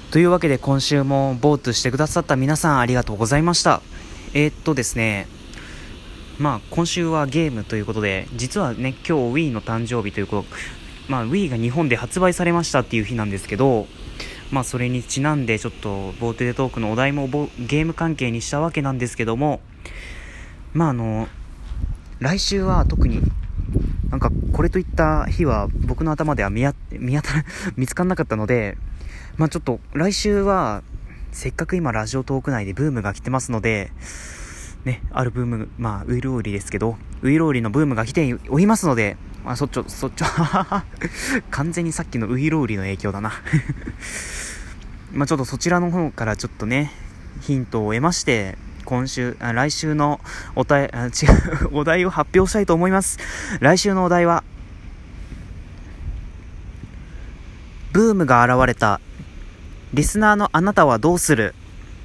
というわけで今週もボートしてくださった皆さんありがとうございました。ですね、今週はゲームということで、実はね、今日 Wii の誕生日ということ、Wii が日本で発売されましたっていう日なんですけど、それにちなんでちょっとボートでトークのお題もゲーム関係にしたわけなんですけども、来週は特にこれといった日は僕の頭では見つからなかったので、ちょっと来週はせっかく今ラジオトーク内でブームが来てますのでね、あるブーム、ウイロウリですけど、ウイロウリのブームが来ておりますので、完全にさっきのウイロウリの影響だなちょっとそちらの方からちょっとねヒントを得まして、来週のお題を発表したいと思います。来週のお題は、ブームが現れたリスナーのあなたはどうする。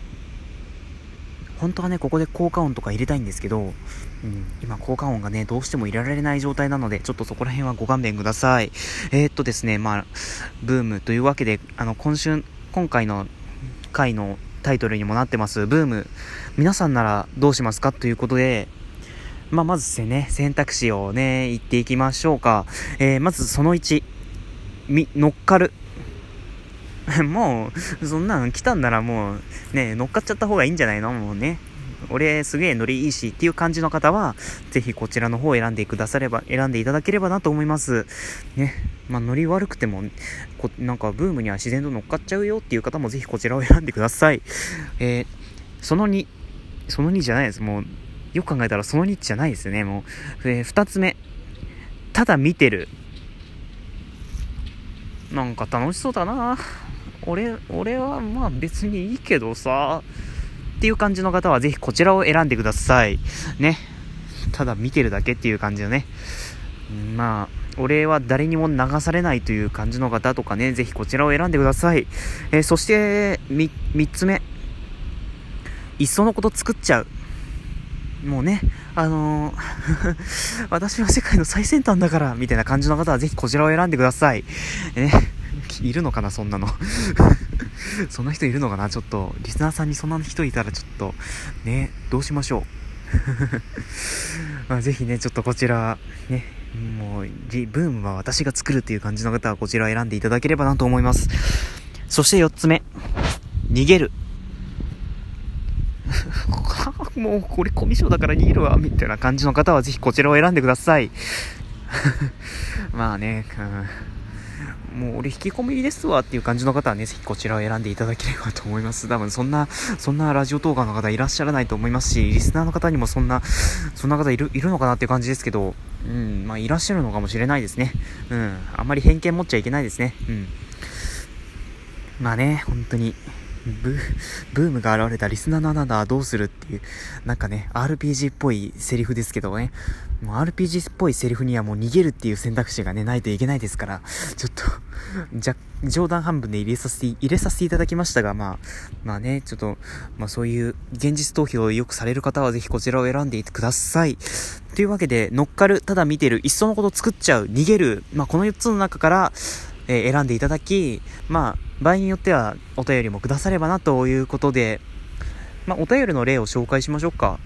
本当はねここで効果音とか入れたいんですけど、今効果音がねどうしても入れられない状態なので、ちょっとそこら辺はご勘弁ください。ですね、ブームというわけで、今回の回のタイトルにもなってますブーム、皆さんならどうしますかということで、まずですね、選択肢をね言っていきましょうか。まずその1、乗っかるもうそんなの来たんならもうね乗っかっちゃった方がいいんじゃないの。もうね、俺すげえノリいいしっていう感じの方はぜひこちらの方を選んでいただければなと思いますね。ノリ悪くてもブームには自然と乗っかっちゃうよっていう方もぜひこちらを選んでください。その2じゃないです。もうよく考えたらその2じゃないですね。もう、2つ目、ただ見てる。楽しそうだな。俺は別にいいけどさっていう感じの方はぜひこちらを選んでくださいね。ただ見てるだけっていう感じのね、俺は誰にも流されないという感じの方とかね、ぜひこちらを選んでください。そして3つ目、いっそのこと作っちゃう。もうね、私は世界の最先端だからみたいな感じの方はぜひこちらを選んでくださいね。いるのかなそんなのそんな人いるのかな。ちょっとリスナーさんにそんな人いたらちょっとね、どうしましょうぜひね、ちょっとこちらね、もうブームは私が作るっていう感じの方はこちらを選んでいただければなと思います。そして4つ目、逃げるもうこれコミュ障だから逃げるわみたいな感じの方はぜひこちらを選んでくださいもう俺引きこもりですわっていう感じの方はね、ぜひこちらを選んでいただければと思います。多分そんなラジオトーカーの方いらっしゃらないと思いますし、リスナーの方にもそんな方いるのかなっていう感じですけど、いらっしゃるのかもしれないですね。あんまり偏見持っちゃいけないですね。本当にブームが現れたリスナーのあなたはどうするっていう、RPG っぽいセリフですけどね、もう RPG っぽいセリフにはもう逃げるっていう選択肢がねないといけないですから、ちょっと冗談半分で入れさせていただきましたが、ちょっとそういう現実逃避をよくされる方はぜひこちらを選んでいてください。というわけで、乗っかる、ただ見てる、いっそのこと作っちゃう、逃げる、この4つの中から選んでいただき、場合によってはお便りもくださればなということで、お便りの例を紹介しましょうか。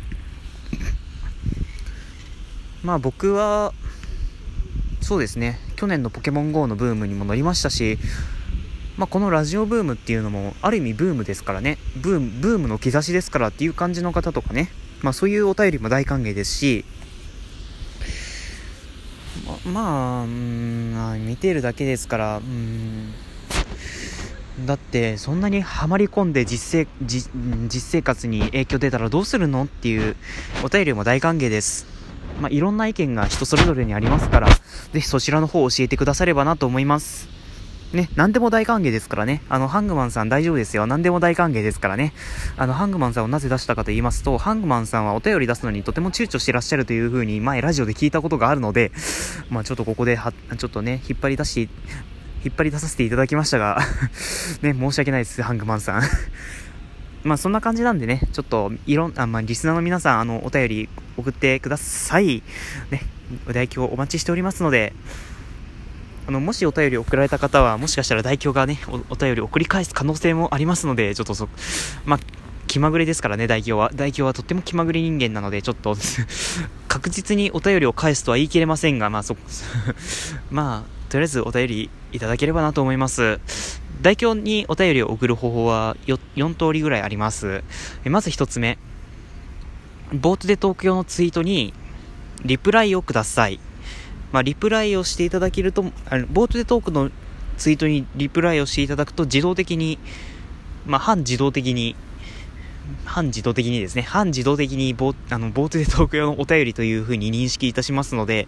僕はそうですね、去年のポケモン GO のブームにも乗りましたし、このラジオブームっていうのもある意味ブームですからね、ブームの兆しですからっていう感じの方とかね、そういうお便りも大歓迎ですし、見てるだけですから、だってそんなにハマり込んで実生活に影響出たらどうするのっていうお便りも大歓迎です。いろんな意見が人それぞれにありますから、ぜひそちらの方を教えてくださればなと思いますね。何でも大歓迎ですからね。ハングマンさん大丈夫ですよ。何でも大歓迎ですからね。ハングマンさんをなぜ出したかと言いますと、ハングマンさんはお便り出すのにとても躊躇してらっしゃるという風に前ラジオで聞いたことがあるので、ちょっとここでちょっとね引っ張り出させていただきましたがね、申し訳ないです、ハングマンさんそんな感じなんでね、ちょっとリスナーの皆さんお便り送ってくださいね。お代表お待ちしておりますので、 もしお便り送られた方は、もしかしたら代表がね、お便り送り返す可能性もありますので、ちょっと気まぐれですからね、代表はとっても気まぐれ人間なので、ちょっと確実にお便りを返すとは言い切れませんが、とりあえずお便りいただければなと思います。代表にお便りを送る方法は4通りぐらいあります。まず1つ目、ボートでトーク用のツイートにリプライをください。リプライをしていただけると、ボートでトークのツイートにリプライをしていただくと自動的に、半自動的にですね、半自動的にボートでトーク用のお便りという風に認識いたしますので、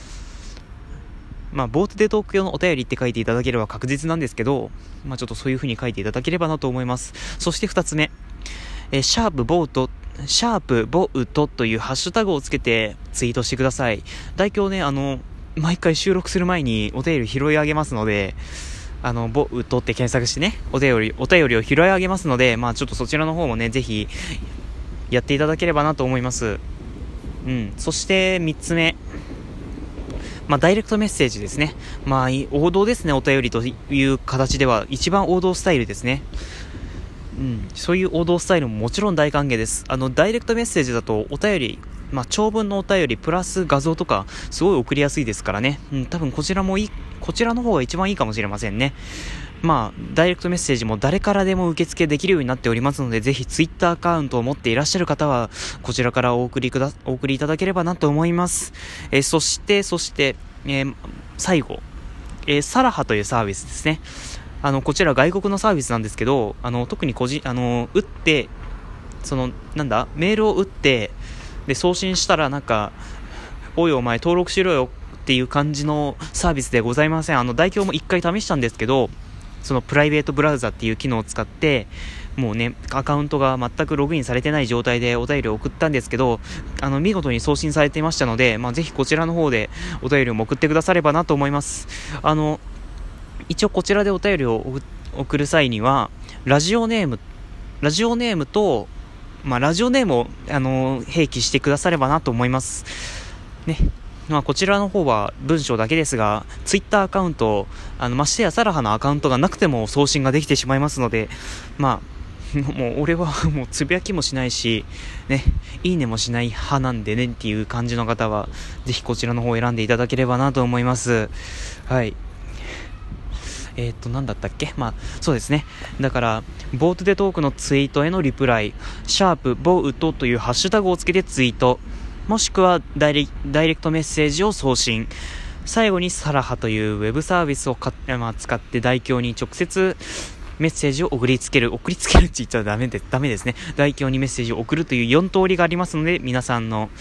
ボートでトーク用のお便りって書いていただければ確実なんですけど、ちょっとそういう風に書いていただければなと思います。そして2つ目、シャープボウトというハッシュタグをつけてツイートしてください。代表ね、毎回収録する前にお便り拾い上げますので、ボウトって検索してね、お便りを拾い上げますので、ちょっとそちらの方もね、ぜひやっていただければなと思います。そして3つ目、ダイレクトメッセージですね。王道ですね、お便りという形では一番王道スタイルですね。そういう王道スタイルももちろん大歓迎です。ダイレクトメッセージだとお便り、長文のお便りプラス画像とかすごい送りやすいですからね。多分こちらの方が一番いいかもしれませんね。ダイレクトメッセージも誰からでも受付できるようになっておりますので、ぜひツイッターアカウントを持っていらっしゃる方はこちらからお送りいただければなと思います。そして、最後、サラハというサービスですね。こちら外国のサービスなんですけど、特に打って、メールを打って、で、送信したらおいお前登録しろよっていう感じのサービスでございません。代表も一回試したんですけど、そのプライベートブラウザっていう機能を使って、もうね、アカウントが全くログインされてない状態でお便りを送ったんですけど、見事に送信されていましたので、ぜひこちらの方でお便りを送ってくださればなと思います。一応こちらでお便りを送る際には、ラジオネームと、ラジオネームを、併記してくださればなと思いますね。こちらの方は文章だけですが、ツイッターアカウント、ましてやサラハのアカウントがなくても送信ができてしまいますので、もう俺はもうつぶやきもしないしね、いいねもしない派なんでねっていう感じの方はぜひこちらの方を選んでいただければなと思います。はい。なんだったっけ。そうですね。だからボートでトークのツイートへのリプライ、シャープボウトというハッシュタグをつけてツイート、もしくはダイレクトメッセージを送信、最後にサラハというウェブサービスを使って代表に直接メッセージを送りつけるって言っちゃダメですね。代表にメッセージを送るという4通りがありますので、皆さんの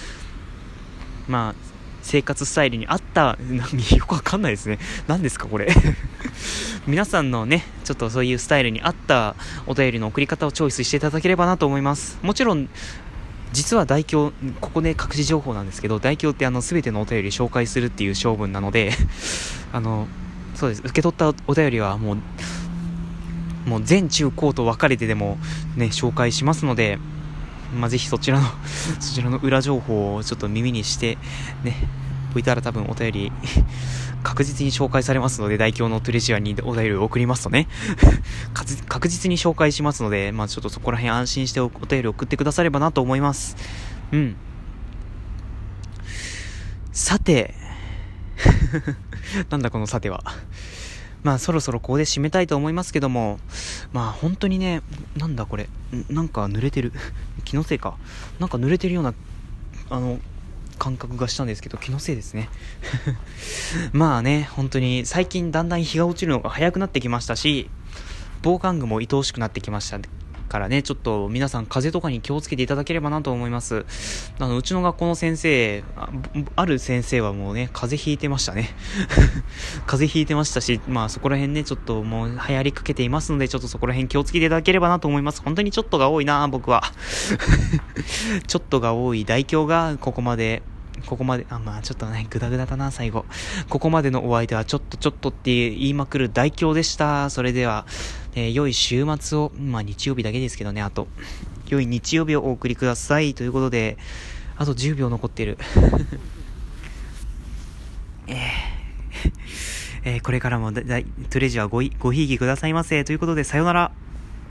生活スタイルに合ったよくわかんないですね。何ですかこれ皆さんのね、ちょっとそういうスタイルに合ったお便りの送り方をチョイスしていただければなと思います。もちろん実は代表、ここで隠し情報なんですけど、代表って全てのお便り紹介するっていう性分なのでそうです。受け取ったお便りはもう全中高と分かれてでもね紹介しますので、ぜひそちらの裏情報をちょっと耳にしてね置いたら多分お便り確実に紹介されますので、代表のトレジアにお便りを送りますとね確実に紹介しますので、ちょっとそこら辺安心してお便りを送ってくださればなと思います。さてなんだこのさてはそろそろここで締めたいと思いますけども、本当にね、なんだこれ、なんか濡れてる気のせいか、なんか濡れてるような感覚がしたんですけど、気のせいですね本当に最近だんだん日が落ちるのが早くなってきましたし、防寒具も愛おしくなってきましたからね、ちょっと皆さん風邪とかに気をつけていただければなと思います。うちの学校の先生、ある先生はもうね風邪ひいてましたね風邪ひいてましたし、そこら辺ねちょっともう流行りかけていますので、ちょっとそこら辺気をつけていただければなと思います。本当にちょっとが多いな僕はちょっとが多い代表がここまでちょっとねグダグダだな最後。ここまでのお相手はちょっとって言いまくる代表でした。それでは、良い週末を、日曜日だけですけどね、あと良い日曜日をお送りくださいということで、あと10秒残っているこれからもトレジャーごひいきくださいませ。ということで、さようなら。